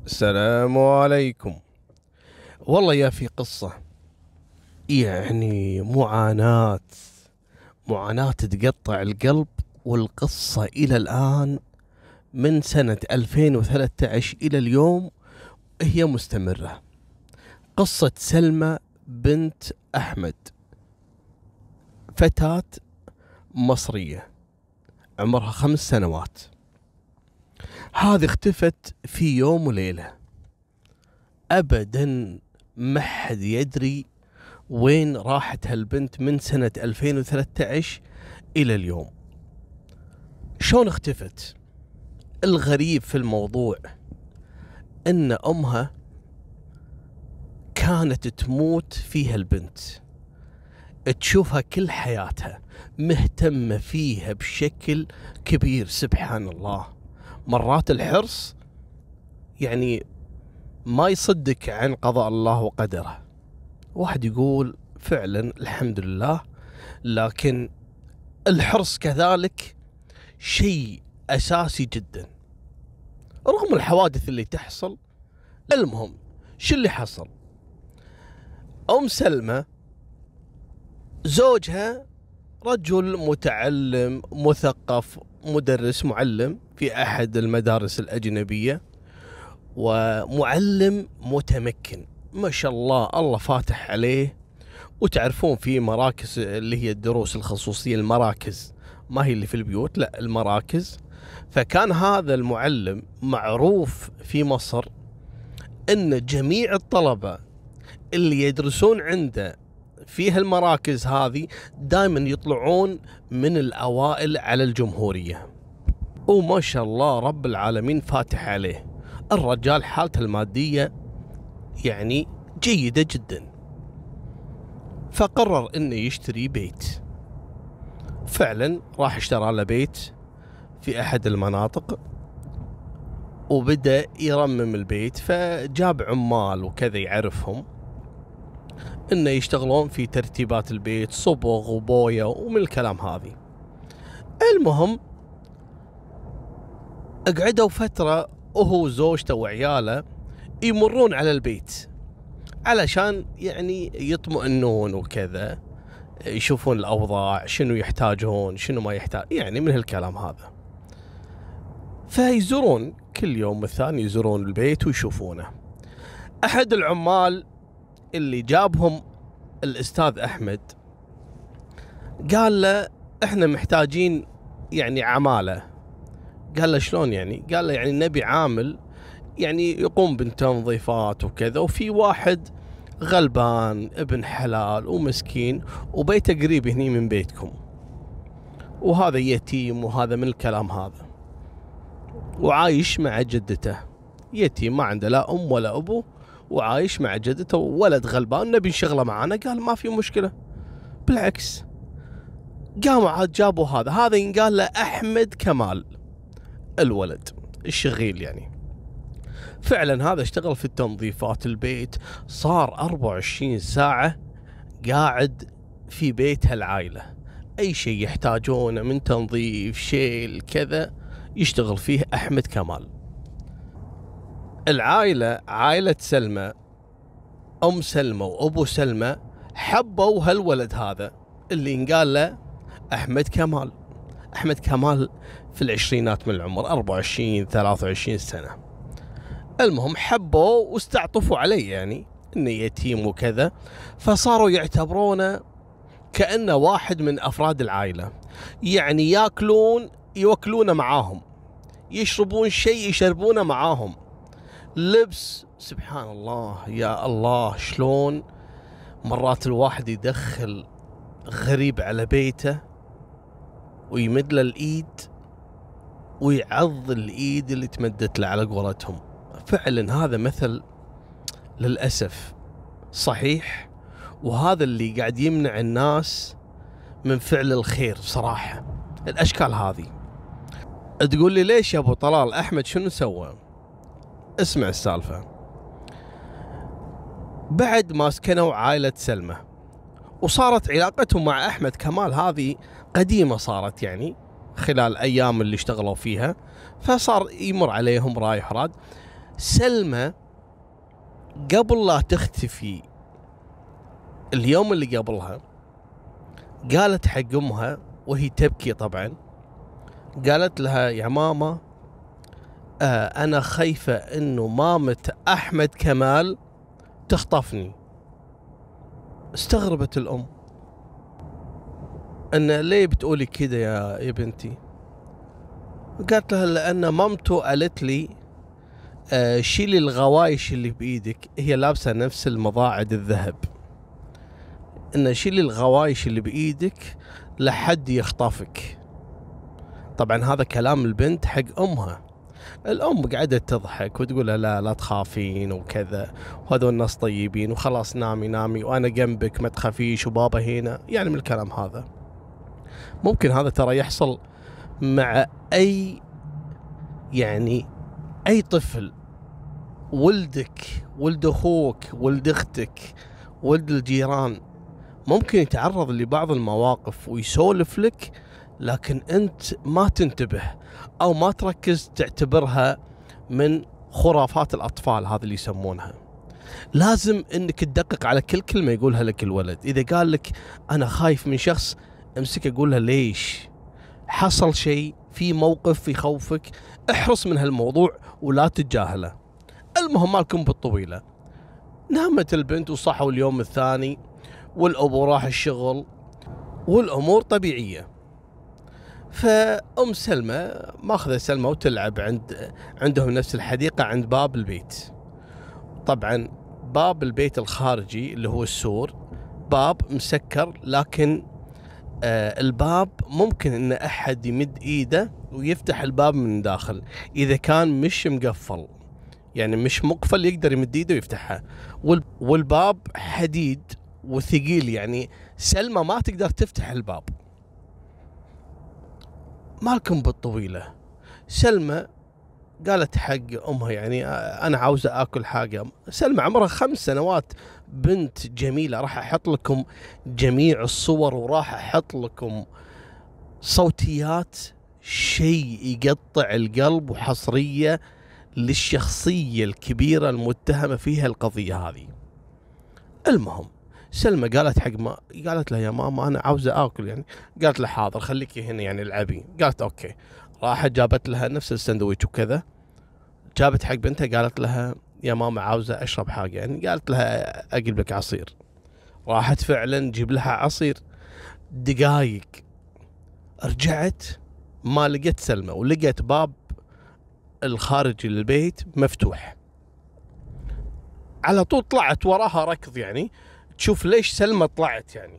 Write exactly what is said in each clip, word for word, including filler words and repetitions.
السلام عليكم. والله يا في قصة، يعني معاناة معاناة تقطع القلب. والقصة إلى الآن من سنة ألفين وثلاثة عشر إلى اليوم هي مستمرة. قصة سلمى بنت أحمد، فتاة مصرية عمرها خمس سنوات. هذه اختفت في يوم وليلة، أبدا ما حد يدري وين راحت هالبنت من سنة ألفين وثلاثة عشر إلى اليوم. شلون اختفت؟ الغريب في الموضوع أن أمها كانت تموت فيها البنت، تشوفها كل حياتها، مهتمة فيها بشكل كبير. سبحان الله، مرات الحرص يعني ما يصدق عن قضاء الله وقدره. واحد يقول فعلا الحمد لله، لكن الحرص كذلك شيء أساسي جدا رغم الحوادث اللي تحصل. المهم شو اللي حصل؟ أم سلمى زوجها رجل متعلم مثقف، مدرس معلم في أحد المدارس الأجنبية، ومعلم متمكن ما شاء الله، الله فاتح عليه. وتعرفون في مراكز اللي هي الدروس الخصوصية، المراكز ما هي اللي في البيوت، لا المراكز. فكان هذا المعلم معروف في مصر ان جميع الطلبة اللي يدرسون عنده في هالمراكز هذه دائما يطلعون من الأوائل على الجمهورية. وما شاء الله رب العالمين فاتح عليه. الرجال حالته المادية يعني جيدة جدا، فقرر انه يشتري بيت. فعلا راح اشترى له بيت في احد المناطق، وبدأ يرمم البيت. فجاب عمال وكذا يعرفهم انه يشتغلون في ترتيبات البيت، صبغ وبوية ومن الكلام هذه. المهم اقعدوا فترة وهو زوجته وعياله يمرون على البيت علشان يعني يطمئنون وكذا، يشوفون الأوضاع، شنو يحتاجون شنو ما يحتاج، يعني من هالكلام هذا. فيزورون كل يوم الثاني، يزورون البيت ويشوفونه. أحد العمال اللي جابهم الأستاذ أحمد قال له إحنا محتاجين يعني عمالة. قال له شلون يعني؟ قال له يعني نبي عامل يعني يقوم بالتنظيفات وكذا، وفي واحد غلبان ابن حلال ومسكين وبيته قريب هني من بيتكم، وهذا يتيم وهذا من الكلام هذا، وعايش مع جدته. يتيم ما عنده لا أم ولا أبو، وعايش مع جدته، ولد غلبان نبي نشغله معانا. قال ما في مشكلة، بالعكس. قاموا عاد جابوا هذا هذا ينقال له أحمد كمال، الولد الشغيل يعني. فعلا هذا اشتغل في التنظيفات البيت، صار أربعة وعشرين ساعة قاعد في بيت هالعائلة، أي شيء يحتاجونه من تنظيف شيل كذا يشتغل فيه أحمد كمال. العائلة عائلة سلمى، أم سلمى وأبو سلمى حبوا هالولد هذا اللي ينقال له أحمد كمال. أحمد كمال في العشرينات من العمر، أربعة وعشرين ثلاثة وعشرين سنة. المهم حبوا واستعطفوا عليه، يعني انه يتيم وكذا، فصاروا يعتبرونه كأنه واحد من افراد العائلة. يعني ياكلون يوكلونه معاهم، يشربون شيء يشربونه معاهم، لبس. سبحان الله يا الله، شلون مرات الواحد يدخل غريب على بيته ويمد له الايد ويعض الايد اللي تمدت له على قولتهم. فعلا هذا مثل للأسف صحيح، وهذا اللي قاعد يمنع الناس من فعل الخير بصراحة، الأشكال هذه. تقول لي ليش يا أبو طلال أحمد شنو سوى؟ اسمع السالفة. بعد ما سكنوا عائلة سلمى وصارت علاقتهم مع أحمد كمال هذه قديمة، صارت يعني خلال أيام اللي اشتغلوا فيها، فصار يمر عليهم رايح راد. سلمى قبل لا تختفي اليوم اللي قبلها قالت حق امها وهي تبكي طبعا، قالت لها يا ماما آه انا خايفة انه مامة احمد كمال تخطفني. استغربت الام ان ليه بتقولي كده يا يا بنتي؟ قالت لها لان مامته قالت لي آه شيلي الغوايش اللي بايدك، هي لابسه نفس المضاعد الذهب، ان شيلي الغوايش اللي بايدك لحد يخطفك. طبعا هذا كلام البنت حق امها. الام قعدت تضحك وتقول لها لا لا تخافين وكذا، وهذول الناس طيبين وخلاص نامي نامي وانا جنبك ما تخافيش وبابا هنا، يعني من الكلام هذا. ممكن هذا ترى يحصل مع اي يعني اي طفل، ولدك ولد اخوك ولد اختك ولد الجيران ممكن يتعرض لبعض المواقف ويسولف لك، لكن انت ما تنتبه او ما تركز، تعتبرها من خرافات الاطفال هذا اللي يسمونها. لازم انك تدقق على كل كلمة يقولها لك الولد. اذا قال لك انا خايف من شخص، امسك اقول له ليش؟ حصل شيء، في موقف يخوفك، احرص من هالموضوع ولا تتجاهله. المهم مالكم بالطويلة، نامت البنت وصحوا اليوم الثاني والابو راح الشغل والامور طبيعية. فام سلمى ماخذه سلمى وتلعب عند عندهم نفس الحديقة عند باب البيت. طبعا باب البيت الخارجي اللي هو السور باب مسكر، لكن آه الباب ممكن ان احد يمد ايده ويفتح الباب من داخل اذا كان مش مقفل، يعني مش مقفل يقدر يمد ايده ويفتحها. والباب حديد وثقيل، يعني سلمى ما تقدر تفتح الباب. مالكم بالطويلة، سلمى قالت حق امها يعني انا عاوزة اكل حاجة. سلمى عمرها خمس سنوات، بنت جميلة. راح احط لكم جميع الصور وراح احط لكم صوتيات شيء يقطع القلب، وحصرية للشخصية الكبيرة المتهمة فيها القضية هذه. المهم سلمى قالت حق ما قالت لها يا ماما انا عاوزة اكل، يعني قالت لها حاضر خليكي هنا يعني العبي. قالت اوكي. راحت جابت لها نفس السندويش وكذا، جابت حق بنتها قالت لها يا ماما عاوزة اشرب حاجة، يعني قالت لها اجيب لك عصير. راحت فعلا تجيب لها عصير. دقايق رجعت ما لقيت سلمى، ولقيت باب الخارجي للبيت مفتوح. على طول طلعت وراها ركض، يعني تشوف ليش سلمى طلعت يعني.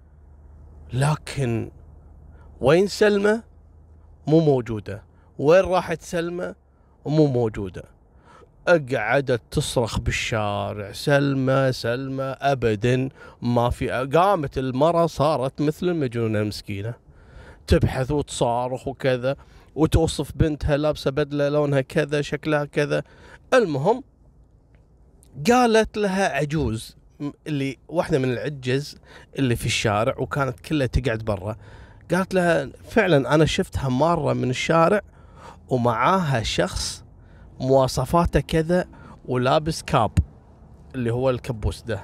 لكن وين سلمى؟ مو موجودة. وين راحت سلمى؟ مو موجودة. قعدت تصرخ بالشارع سلمى سلمى، ابدا ما في. قامت المرة صارت مثل المجنونة المسكينة، تبحث وتصارخ وكذا، وتوصف بنتها لابسة بدلة لونها كذا شكلها كذا. المهم قالت لها عجوز، اللي واحدة من العجز اللي في الشارع وكانت كلها تقعد برا، قالت لها فعلا أنا شفتها مرة من الشارع ومعاها شخص مواصفاته كذا ولابس كاب اللي هو الكبوس ده.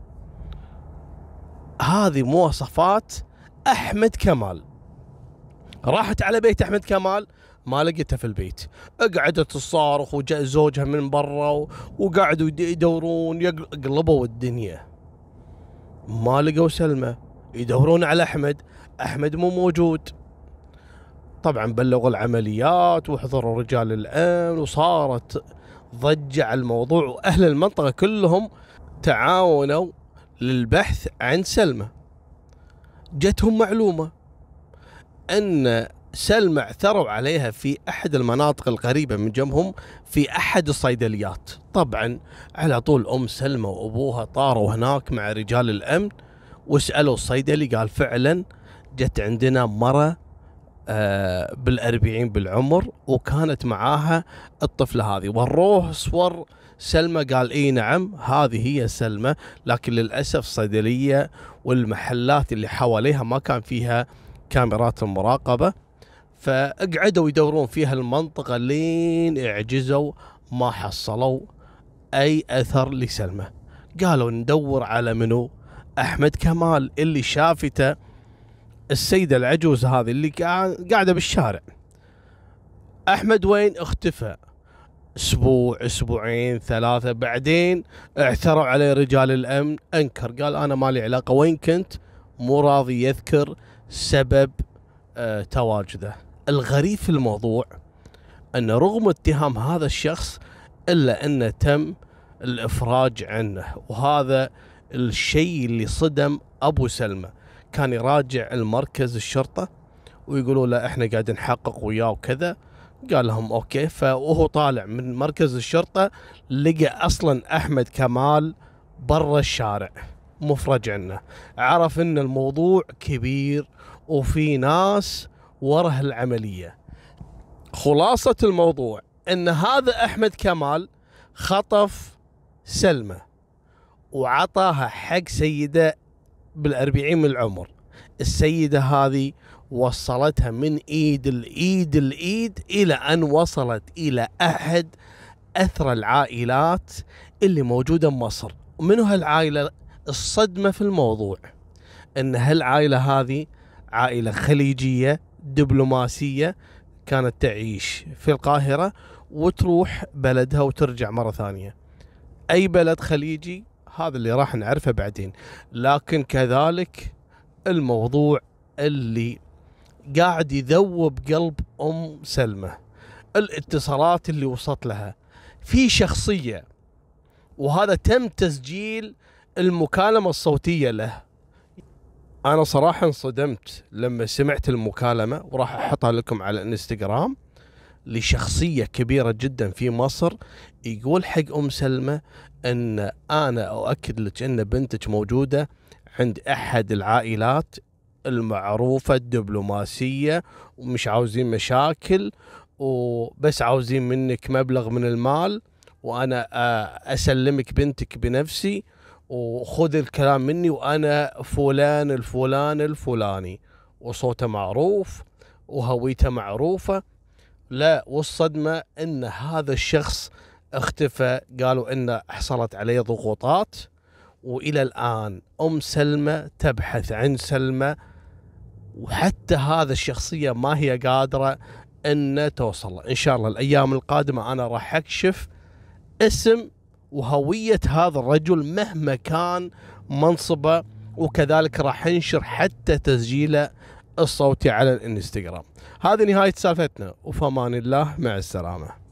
هذه مواصفات أحمد كمال. راحت على بيت أحمد كمال ما لقيتها في البيت. قعدت تصارخ وجاء زوجها من برا وقعدوا يدورون، يقلبوا الدنيا ما لقوا سلمى. يدورون على أحمد، أحمد مو موجود. طبعا بلغوا العمليات وحضروا رجال الأمن وصارت ضجة على الموضوع، وأهل المنطقة كلهم تعاونوا للبحث عن سلمى. جتهم معلومة أن سلمى اعثروا عليها في أحد المناطق القريبة من جنبهم في أحد الصيدليات. طبعا على طول أم سلمى وأبوها طاروا هناك مع رجال الأمن وسألوا الصيدلي، قال فعلا جت عندنا مرة آه بالأربعين بالعمر وكانت معاها الطفلة هذه. وروه صور سلمى، قال اي نعم هذه هي سلمى، لكن للأسف الصيدلية والمحلات اللي حواليها ما كان فيها كاميرات المراقبة، فاقعدوا يدورون فيها المنطقة لين اعجزوا ما حصلوا أي أثر لسلمى. قالوا ندور على منو؟ أحمد كمال اللي شافته السيدة العجوز هذه اللي قاعدة بالشارع. أحمد وين؟ اختفى أسبوع أسبوعين ثلاثة، بعدين اعثروا عليه رجال الأمن، أنكر قال أنا ما لي علاقة، وين كنت؟ مو راضي يذكر سبب آه تواجده. الغريب في الموضوع أن رغم اتهام هذا الشخص إلا أنه تم الإفراج عنه، وهذا الشيء اللي صدم أبو سلمى. كان يراجع المركز الشرطة ويقولوا له احنا قاعدين نحقق وياه وكذا، قال لهم اوكي. فوهو طالع من مركز الشرطة لقى اصلا احمد كمال برا الشارع مفرج عنه. عرف ان الموضوع كبير وفي ناس ورا العملية. خلاصة الموضوع ان هذا احمد كمال خطف سلمى وعطاها حق سيدة بالأربعين من العمر. السيدة هذه وصلتها من ايد الايد الايد الى ان وصلت الى احد اثرى العائلات اللي موجودة بمصر. ومنو هالعائلة؟ الصدمة في الموضوع ان هالعائلة هذه عائلة خليجية دبلوماسية، كانت تعيش في القاهرة وتروح بلدها وترجع مرة ثانية. اي بلد خليجي هذا اللي راح نعرفه بعدين. لكن كذلك الموضوع اللي قاعد يذوب قلب ام سلمى، الاتصالات اللي وصلت لها في شخصية، وهذا تم تسجيل المكالمة الصوتية له. انا صراحة انصدمت لما سمعت المكالمة، وراح احطها لكم على الانستغرام، لشخصية كبيرة جدا في مصر يقول حق ام سلمى ان انا اؤكد لك ان بنتك موجودة عند احد العائلات المعروفة الدبلوماسية، ومش عاوزين مشاكل، وبس عاوزين منك مبلغ من المال، وانا اسلمك بنتك بنفسي، وخذ الكلام مني، وانا فلان الفلان الفلاني، وصوته معروف وهويته معروفة. لا، والصدمة ان هذا الشخص اختفى. قالوا انه حصلت عليه ضغوطات، والى الان ام سلمى تبحث عن سلمى، وحتى هذا الشخصية ما هي قادرة ان توصل. ان شاء الله الايام القادمة انا راح اكشف اسم وهوية هذا الرجل مهما كان منصبه، وكذلك راح انشر حتى تسجيله الصوتي على الانستغرام. هذه نهاية سالفتنا، وفمان الله، مع السلامة.